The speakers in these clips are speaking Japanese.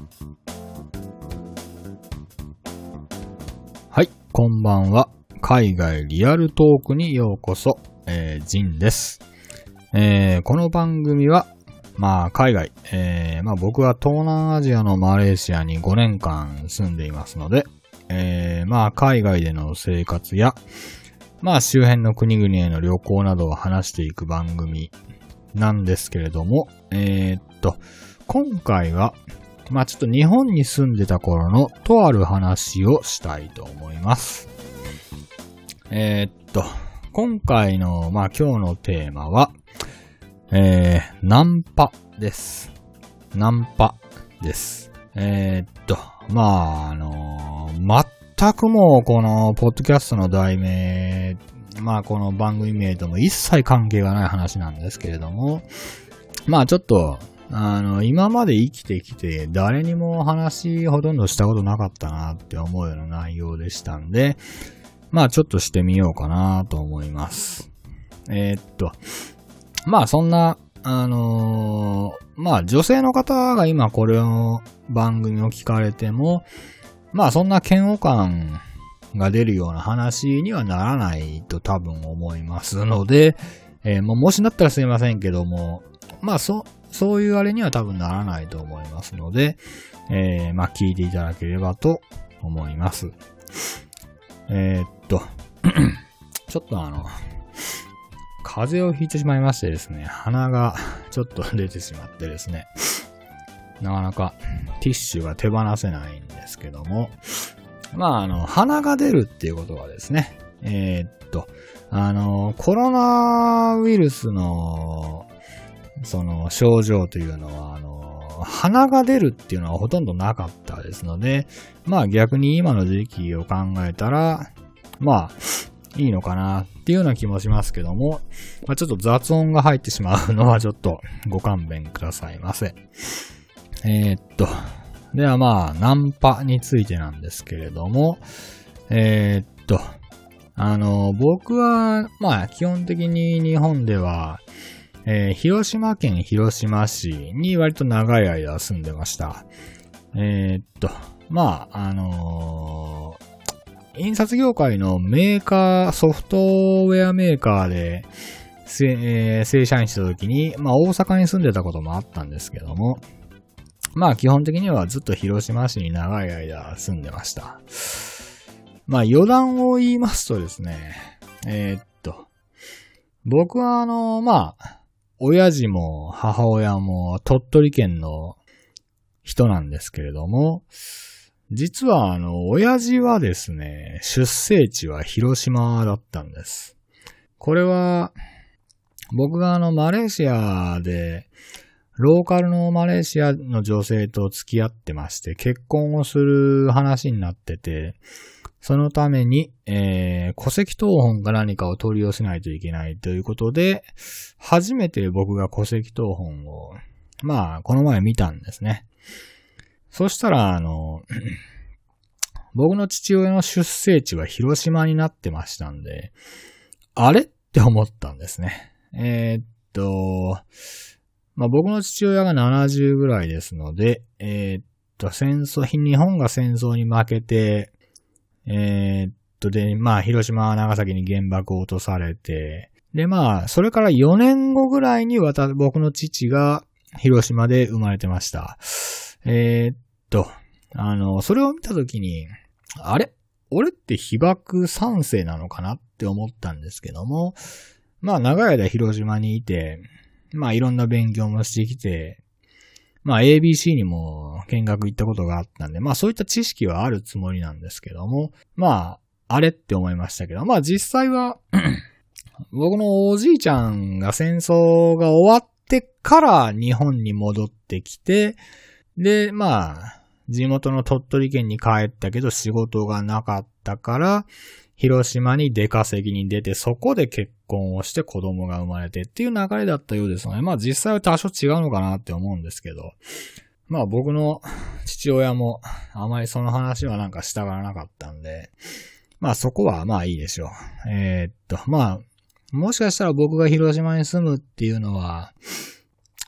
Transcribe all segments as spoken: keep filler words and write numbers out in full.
はい、こんばんは。海外リアルトークにようこそ、えー、ジンです。えー、この番組は、まあ海外、えー、まあ僕は東南アジアのマレーシアにごねんかん住んでいますので、えー、まあ海外での生活や、まあ周辺の国々への旅行などを話していく番組なんですけれども、えー、っと、今回は、まあちょっと日本に住んでた頃のとある話をしたいと思います。えー、っと、今回の、まあ今日のテーマは、えー、ナンパです。ナンパです。えー、っと、まああのー、全くもうこのポッドキャストの題名、まあこの番組名とも一切関係がない話なんですけれども、まあちょっと、あの、今まで生きてきて誰にも話ほとんどしたことなかったなって思うような内容でしたんで、まあちょっとしてみようかなと思います。えー、っと、まあそんな、あのー、まあ女性の方が今これの番組を聞かれても、まあそんな嫌悪感が出るような話にはならないと多分思いますので、えー、も, もしなったらすいませんけども、まあそ、そういうあれには多分ならないと思いますので、えー、まあ聞いていただければと思います。えー、っと、ちょっとあの、風邪をひいてしまいましてですね、鼻がちょっと出てしまってですね、なかなかティッシュが手放せないんですけども、まああの、鼻が出るっていうことはですね、えー、っと、あの、コロナウイルスの、その症状というのは、あの、鼻が出るっていうのはほとんどなかったですので、まあ逆に今の時期を考えたら、まあ、いいのかなっていうような気もしますけども、まあ、ちょっと雑音が入ってしまうのはちょっとご勘弁くださいませ。えー、っと、ではまあ、ナンパについてなんですけれども、えー、っと、あの、僕は、まあ基本的に日本では、えー、広島県広島市に割と長い間住んでました。えー、っと、まあ、あのー、印刷業界のメーカー、ソフトウェアメーカーで、えー、正社員した時に、まあ大阪に住んでたこともあったんですけども、まあ基本的にはずっと広島市に長い間住んでました。まあ余談を言いますとですね、えー、っと、僕はあの、まあ、親父も母親も鳥取県の人なんですけれども、実はあの、親父はですね、出生地は広島だったんです。これは、僕があの、マレーシアで、ローカルのマレーシアの女性と付き合ってまして、結婚をする話になってて、そのために、えー、戸籍謄本か何かを取り寄せないといけないということで、初めて僕が戸籍謄本を、まあ、この前見たんですね。そしたら、あの、僕の父親の出生地は広島になってましたんで、あれって思ったんですね。えー、っと、まあ僕の父親がななじゅうぐらいですので、えー、っと、戦争、日本が戦争に負けて、えー、っと、で、まあ、広島、長崎に原爆を落とされて、で、まあ、それからよねんごぐらいにわた、僕の父が広島で生まれてました。えー、っと、あの、それを見たときに、あれ？俺って被爆さん世なのかなって思ったんですけども、まあ、長い間広島にいて、まあ、いろんな勉強もしてきて、まあ エービーシー にも見学行ったことがあったんで、まあそういった知識はあるつもりなんですけども、まあ、あれって思いましたけど、まあ実際は、僕のおじいちゃんが戦争が終わってから日本に戻ってきて、で、まあ、地元の鳥取県に帰ったけど仕事がなかったから、広島に出稼ぎに出て、そこで結婚をして子供が生まれてっていう流れだったようですので、まあ実際は多少違うのかなって思うんですけど、まあ僕の父親もあまりその話はなんかしたがらなかったんで、まあそこはまあいいでしょう。えー、っと、まあ、もしかしたら僕が広島に住むっていうのは、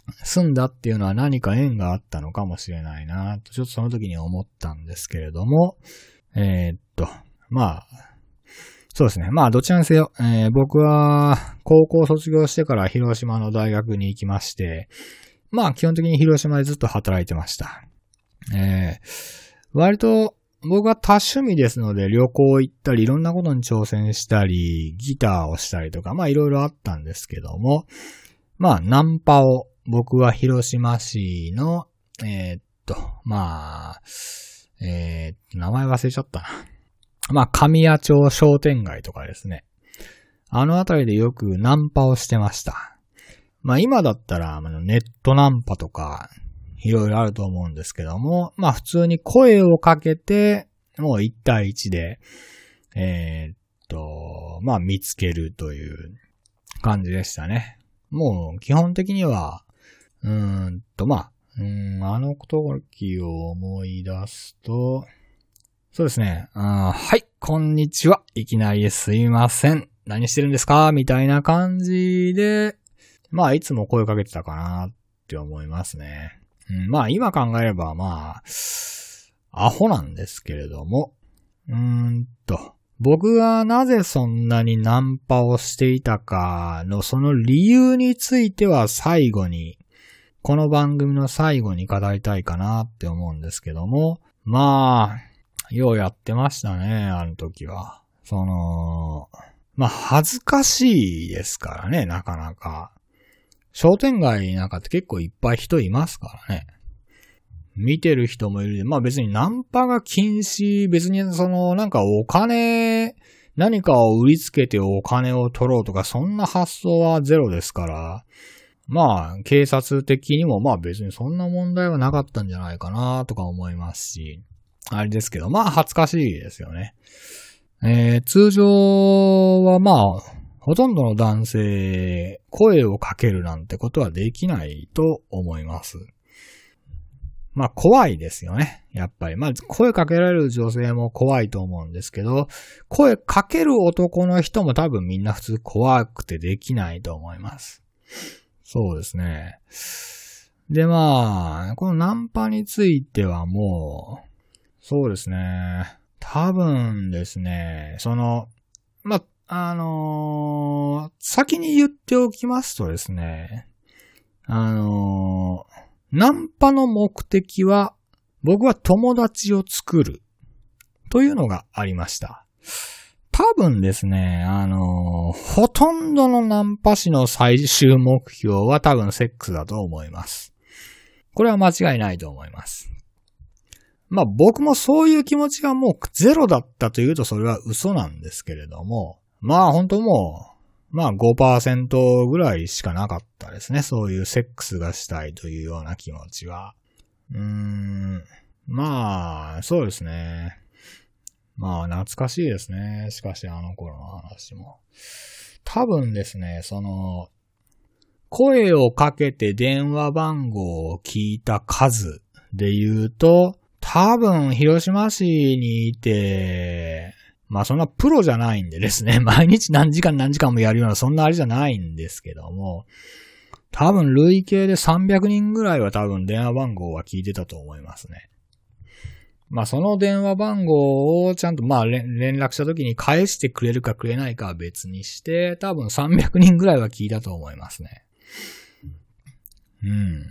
住んだっていうのは何か縁があったのかもしれないなと、ちょっとその時に思ったんですけれども、えー、っと、まあ、そうですね。まあ、どちらにせよ、えー、僕は高校卒業してから広島の大学に行きまして、まあ、基本的に広島でずっと働いてました。えー、割と僕は多趣味ですので、旅行行ったり、いろんなことに挑戦したり、ギターをしたりとか、まあ、いろいろあったんですけども、まあ、ナンパを、僕は広島市の、えー、っと、まあ、えー、っと、名前忘れちゃったな。まあ、神谷町商店街とかですね。あのあたりでよくナンパをしてました。まあ、今だったら、ネットナンパとか、いろいろあると思うんですけども、まあ、普通に声をかけて、もう一対一で、えー、っと、まあ、見つけるという感じでしたね。もう、基本的には、うーんと、まあ、うーん、あの時を思い出すと、そうですね。あ、はい、こんにちは。いきなりすいません。何してるんですかみたいな感じで、まあ、いつも声かけてたかなって思いますね。うん、まあ、今考えれば、まあ、アホなんですけれども、うーんと、僕がなぜそんなにナンパをしていたかのその理由については最後に、この番組の最後に語りたいかなって思うんですけども、まあ、ようやってましたね、あの時は。その、まあ恥ずかしいですからね、なかなか。商店街なんかって結構いっぱい人いますからね。見てる人もいるで、まあ別にナンパが禁止、別にそのなんかお金、何かを売りつけてお金を取ろうとかそんな発想はゼロですから、まあ警察的にもまあ別にそんな問題はなかったんじゃないかなとか思いますし、あれですけど、まあ恥ずかしいですよね。えー、通常はまあ、ほとんどの男性、声をかけるなんてことはできないと思います。まあ怖いですよね。やっぱり。まあ声かけられる女性も怖いと思うんですけど、声かける男の人も多分みんな普通怖くてできないと思います。そうですね。でまあ、このナンパについてはもう、そうですね。多分ですね、その、ま、あのー、先に言っておきますとですね、あのー、ナンパの目的は、僕は友達を作るというのがありました。多分ですね、あのー、ほとんどのナンパ師の最終目標は多分セックスだと思います。これは間違いないと思います。まあ僕もそういう気持ちがもうゼロだったというとそれは嘘なんですけれども、まあ本当もう、まあ ごパーセント ぐらいしかなかったですね。そういうセックスがしたいというような気持ちは。うーん、まあそうですね。まあ懐かしいですね。しかしあの頃の話も。多分ですね、その、声をかけて電話番号を聞いた数で言うと、多分、広島市にいて、まあそんなプロじゃないんでですね、毎日何時間何時間もやるようなそんなあれじゃないんですけども、多分累計でさんびゃくにんぐらいは多分電話番号は聞いてたと思いますね。まあその電話番号をちゃんとまあ連絡した時に返してくれるかくれないかは別にして、多分さんびゃくにんぐらいは聞いたと思いますね。うん。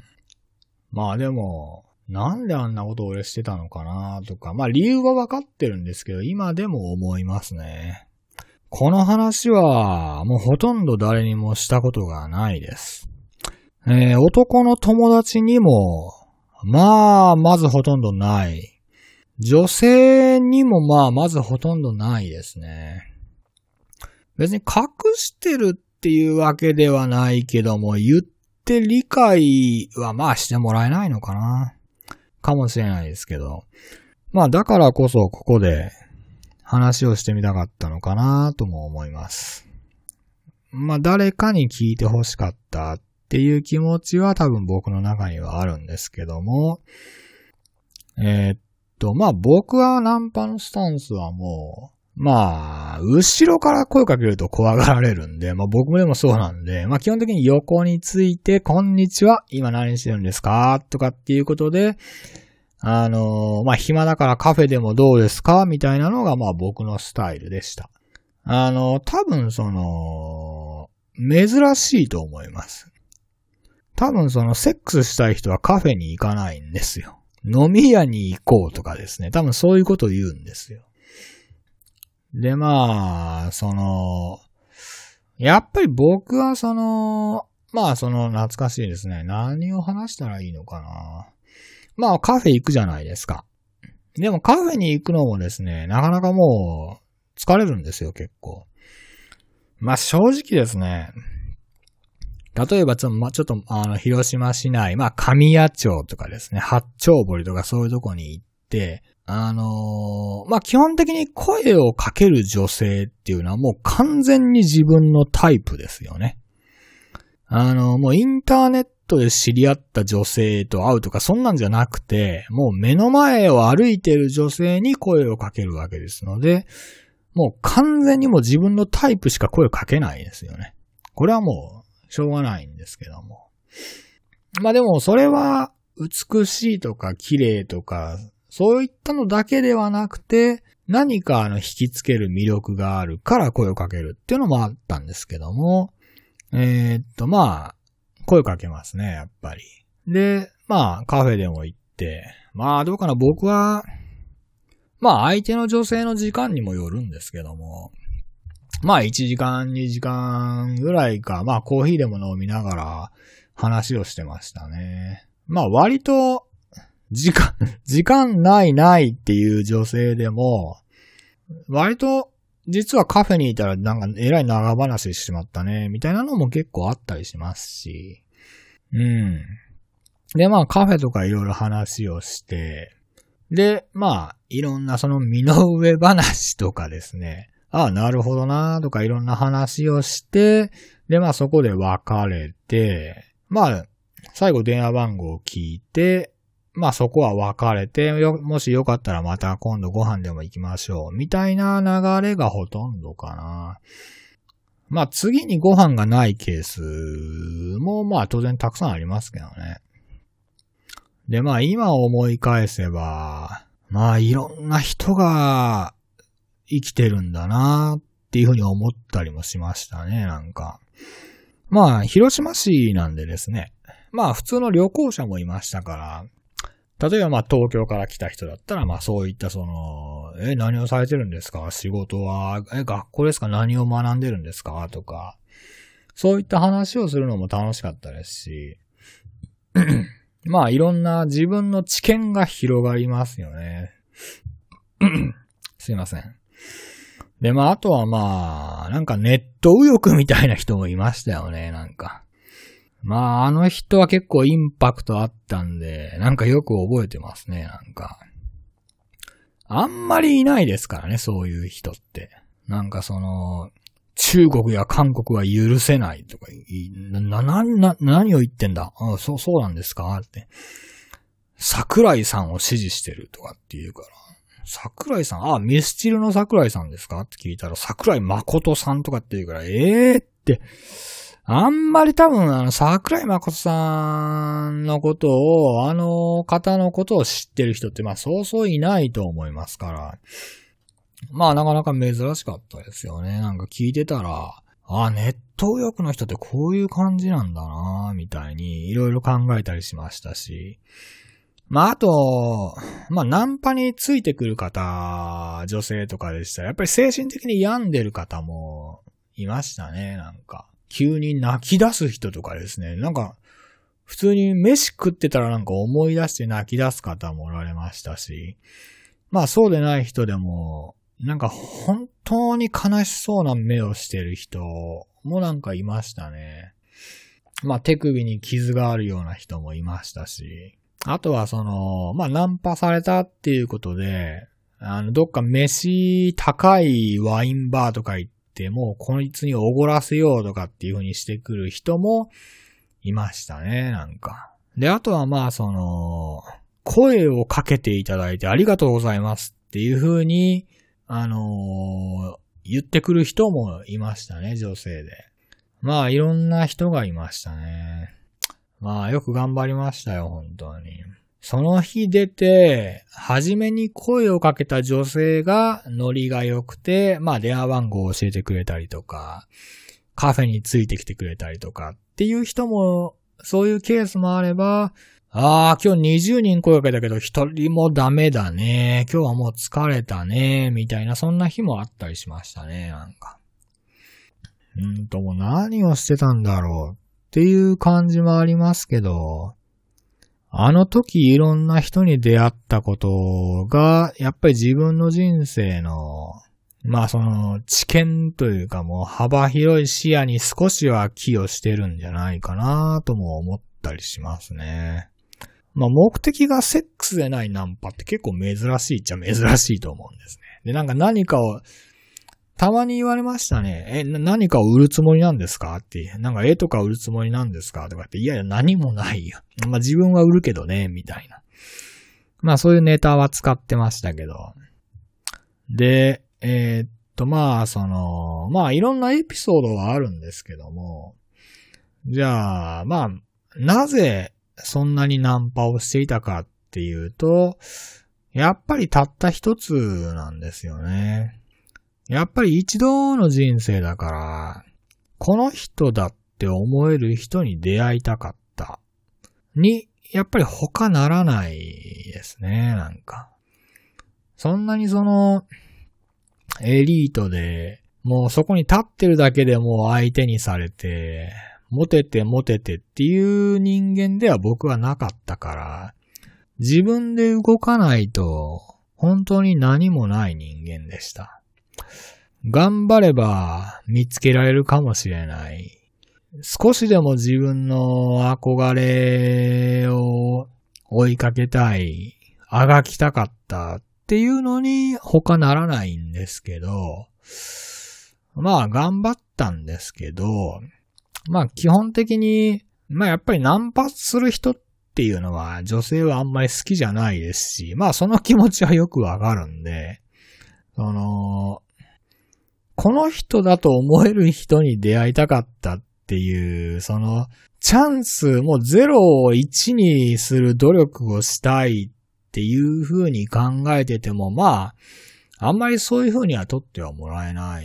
まあでも、なんであんなことを俺してたのかなとか、まあ理由はわかってるんですけど、今でも思いますね。この話はもうほとんど誰にもしたことがないです。えー、男の友達にも、まあ、まずほとんどない。女性にもまあ、まずほとんどないですね。別に隠してるっていうわけではないけども、言って理解はまあしてもらえないのかな。かもしれないですけど。まあだからこそここで話をしてみたかったのかなとも思います。まあ誰かに聞いて欲しかったっていう気持ちは多分僕の中にはあるんですけども、えー、っとまあ僕はナンパのスタンスはもうまあ、後ろから声かけると怖がられるんで、まあ僕もでもそうなんで、まあ基本的に横について、こんにちは、今何してるんですかとかっていうことで、あのー、まあ暇だからカフェでもどうですかみたいなのがまあ僕のスタイルでした。あのー、多分その、珍しいと思います。多分そのセックスしたい人はカフェに行かないんですよ。飲み屋に行こうとかですね。多分そういうことを言うんですよ。で、まあ、その、やっぱり僕はその、まあその懐かしいですね。何を話したらいいのかな。まあカフェ行くじゃないですか。でもカフェに行くのもですね、なかなかもう疲れるんですよ、結構。まあ正直ですね。例えばちょっと、まあ、ちょっとあの、広島市内、まあ神谷町とかですね、八丁堀とかそういうとこに行って、あのー、まあ、基本的に声をかける女性っていうのはもう完全に自分のタイプですよね。あのー、もうインターネットで知り合った女性と会うとかそんなんじゃなくて、もう目の前を歩いている女性に声をかけるわけですので、もう完全にもう自分のタイプしか声をかけないですよね。これはもうしょうがないんですけども。まあ、でもそれは美しいとか綺麗とか、そういったのだけではなくて、何かあの引きつける魅力があるから声をかけるっていうのもあったんですけども、えー、っとまあ、声をかけますね、やっぱり。で、まあカフェでも行って、まあどうかな、僕は、まあ相手の女性の時間にもよるんですけども、まあいちじかん、にじかんぐらいか、まあコーヒーでも飲みながら話をしてましたね。まあ割と、時間、時間ないないっていう女性でも、割と、実はカフェにいたらなんかえらい長話ししまったね、みたいなのも結構あったりしますし。うん。で、まあカフェとかいろいろ話をして、で、まあ、いろんなその身の上話とかですね。ああ、なるほどなとかいろんな話をして、で、まあそこで別れて、まあ、最後電話番号を聞いて、まあそこは別れて、もしよかったらまた今度ご飯でも行きましょう。みたいな流れがほとんどかな。まあ次にご飯がないケースもまあ当然たくさんありますけどね。でまあ今思い返せば、まあいろんな人が生きてるんだなっていうふうに思ったりもしましたね、なんか。まあ広島市なんでですね。まあ普通の旅行者もいましたから、例えばまあ東京から来た人だったらまあそういったその、え、何をされてるんですか？仕事は、え、学校ですか？何を学んでるんですか？とか、そういった話をするのも楽しかったですし、まあいろんな自分の知見が広がりますよね。すいません。でまああとはまあ、なんかネット右翼みたいな人もいましたよね、なんか。まあ、あの人は結構インパクトあったんで、なんかよく覚えてますね、なんか。あんまりいないですからね、そういう人って。なんかその、中国や韓国は許せないとか、な、な、な、何を言ってんだ？あ、そう、そうなんですかって。桜井さんを支持してるとかって言うから。桜井さん、あ、ミスチルの桜井さんですかって聞いたら、桜井誠さんとかって言うから、ええーって、あんまり多分、あの、桜井誠さんのことを、あの方のことを知ってる人って、まあ、そうそういないと思いますから。まあ、なかなか珍しかったですよね。なんか聞いてたら、あ、ネット右翼の人ってこういう感じなんだなみたいに、いろいろ考えたりしましたし。まあ、あと、まあ、ナンパについてくる方、女性とかでしたら、やっぱり精神的に病んでる方もいましたね、なんか。急に泣き出す人とかですね。なんか、普通に飯食ってたらなんか思い出して泣き出す方もおられましたし、まあそうでない人でも、なんか本当に悲しそうな目をしてる人もなんかいましたね。まあ手首に傷があるような人もいましたし、あとはその、まあナンパされたっていうことで、あの、どっか飯高いワインバーとか行って、もうこいつにおごらせようとかっていう風にしてくる人もいましたね、なんか。で、あとはまあその、声をかけていただいてありがとうございますっていう風に、 あのー、言ってくる人もいましたね、女性で。まあいろんな人がいましたね。まあよく頑張りましたよ、本当に。その日出て、初めに声をかけた女性がノリが良くて、まあ電話番号を教えてくれたりとか、カフェについてきてくれたりとかっていう人も、そういうケースもあれば、ああ、今日にじゅうにん声かけたけど一人もダメだね。今日はもう疲れたね。みたいな、そんな日もあったりしましたね、なんか。うんと、もう何をしてたんだろうっていう感じもありますけど、あの時いろんな人に出会ったことが、やっぱり自分の人生の、まあその知見というかもう幅広い視野に少しは寄与してるんじゃないかなとも思ったりしますね。まあ目的がセックスでないナンパって結構珍しいっちゃ珍しいと思うんですね。で、なんか何かを、たまに言われましたね。え、何かを売るつもりなんですかって。なんか絵とか売るつもりなんですかとかって。いやいや何もないよ。まあ自分は売るけどね、みたいな。まあそういうネタは使ってましたけど。で、えー、っとまあその、まあいろんなエピソードはあるんですけども。じゃあ、まあ、なぜそんなにナンパをしていたかっていうと、やっぱりたった一つなんですよね。やっぱり一度の人生だから、この人だって思える人に出会いたかった。に、やっぱり他ならないですね、なんか。そんなにその、エリートで、もうそこに立ってるだけでもう相手にされて、モテてモテてっていう人間では僕はなかったから、自分で動かないと、本当に何もない人間でした。頑張れば見つけられるかもしれない。少しでも自分の憧れを追いかけたい、あがきたかったっていうのに他ならないんですけど、まあ頑張ったんですけど、まあ基本的に、まあやっぱりナンパする人っていうのは女性はあんまり好きじゃないですし、まあその気持ちはよくわかるんで、その、この人だと思える人に出会いたかったっていう、その、チャンス、もうゼロをいちにする努力をしたいっていう風に考えてても、まあ、あんまりそういう風には取ってはもらえない。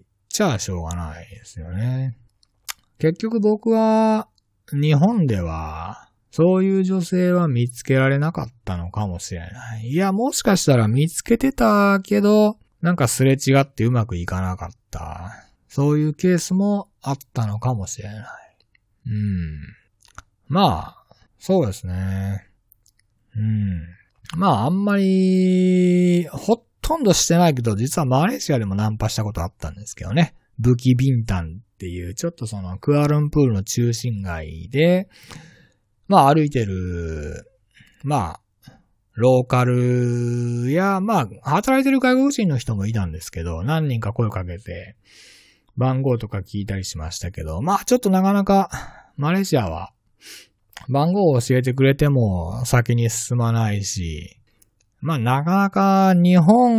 じゃあしょうがないですよね。結局僕は、日本では、そういう女性は見つけられなかったのかもしれない。いや、もしかしたら見つけてたけど、なんかすれ違ってうまくいかなかった。そういうケースもあったのかもしれない。うん。まあ、そうですね。うん。まあ、あんまり、ほとんどしてないけど、実はマレーシアでもナンパしたことあったんですけどね。ブキビンタンっていう、ちょっとそのクアラルンプールの中心街で、まあ歩いてる、まあ、ローカルや、まあ、働いてる外国人の人もいたんですけど、何人か声かけて、番号とか聞いたりしましたけど、まあ、ちょっとなかなか、マレーシアは、番号を教えてくれても先に進まないし、まあ、なかなか日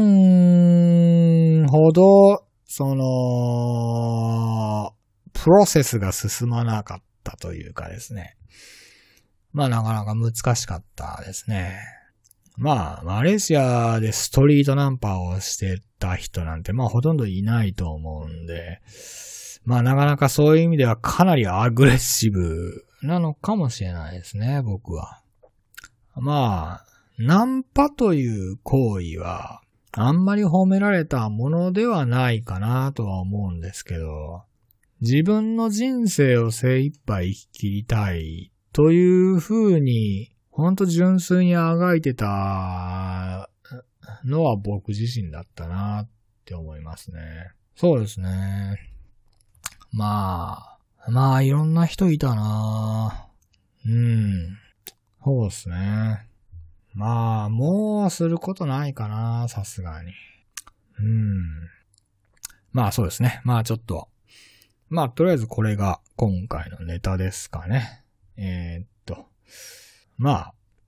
本ほど、その、プロセスが進まなかったというかですね。まあ、なかなか難しかったですね。まあ、マレーシアでストリートナンパをしてた人なんて、まあほとんどいないと思うんで、まあなかなかそういう意味ではかなりアグレッシブなのかもしれないですね、僕は。まあ、ナンパという行為は、あんまり褒められたものではないかなとは思うんですけど、自分の人生を精一杯生き切りたいという風に、ほんと純粋にあがいてたのは僕自身だったなって思いますね。そうですね。まあ、まあいろんな人いたな。うん。そうですね。まあ、もうすることないかな、さすがに。うん。まあそうですね。まあちょっと。まあとりあえずこれが今回のネタですかね。えー、っと。まあ、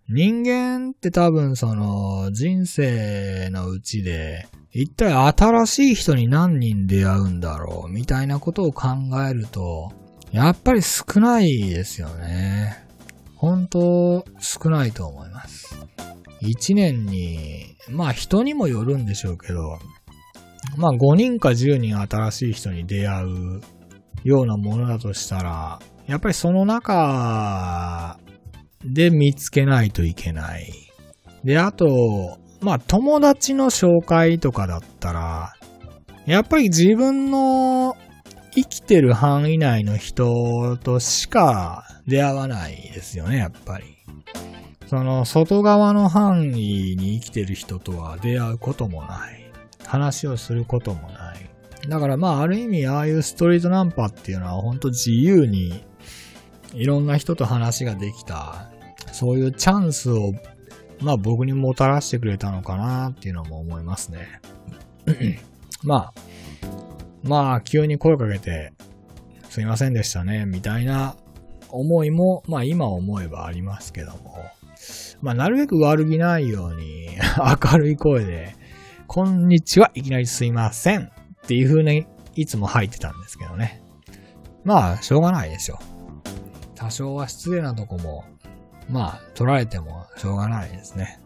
人間って多分その人生のうちで一体新しい人に何人出会うんだろうみたいなことを考えるとやっぱり少ないですよね。本当少ないと思います。一年にまあ人にもよるんでしょうけどまあごにんかじゅうにん新しい人に出会うようなものだとしたらやっぱりその中で見つけないといけない。で、あと、まあ友達の紹介とかだったら、やっぱり自分の生きてる範囲内の人としか出会わないですよね、やっぱり。その外側の範囲に生きてる人とは出会うこともない。話をすることもない。だからまあある意味ああいうストリートナンパっていうのは本当自由にいろんな人と話ができた、そういうチャンスを、まあ僕にもたらしてくれたのかなっていうのも思いますね。まあ、まあ急に声かけて、すいませんでしたね、みたいな思いも、まあ今思えばありますけども、まあなるべく悪気ないように明るい声で、こんにちは、いきなりすいませんっていう風にいつも入ってたんですけどね。まあしょうがないでしょ。多少は失礼なとこも、まあ、取られてもしょうがないですね。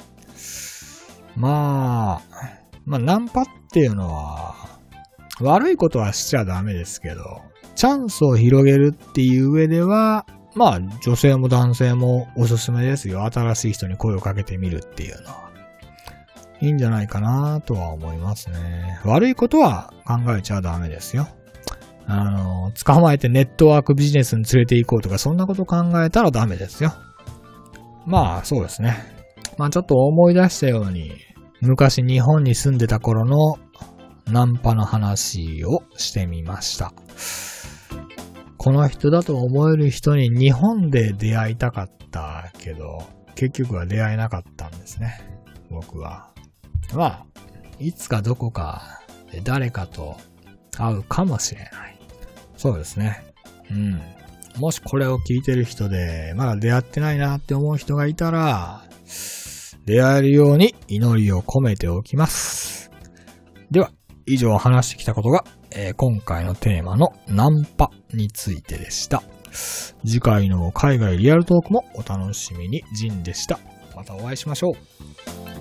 まあ、まあ、ナンパっていうのは、悪いことはしちゃダメですけど、チャンスを広げるっていう上では、まあ、女性も男性もおすすめですよ。新しい人に声をかけてみるっていうのは。いいんじゃないかなとは思いますね。悪いことは考えちゃダメですよ。あの、捕まえてネットワークビジネスに連れて行こうとかそんなこと考えたらダメですよ。まあそうですね。まあちょっと思い出したように昔日本に住んでた頃のナンパの話をしてみました。この人だと思える人に日本で出会いたかったけど結局は出会えなかったんですね。僕は。まあいつかどこかで誰かと会うかもしれない。そうですね。うん。もしこれを聞いてる人で、まだ出会ってないなって思う人がいたら、出会えるように祈りを込めておきます。では、以上話してきたことが、えー、今回のテーマのナンパについてでした。次回の海外リアルトークもお楽しみに。ジンでした。またお会いしましょう。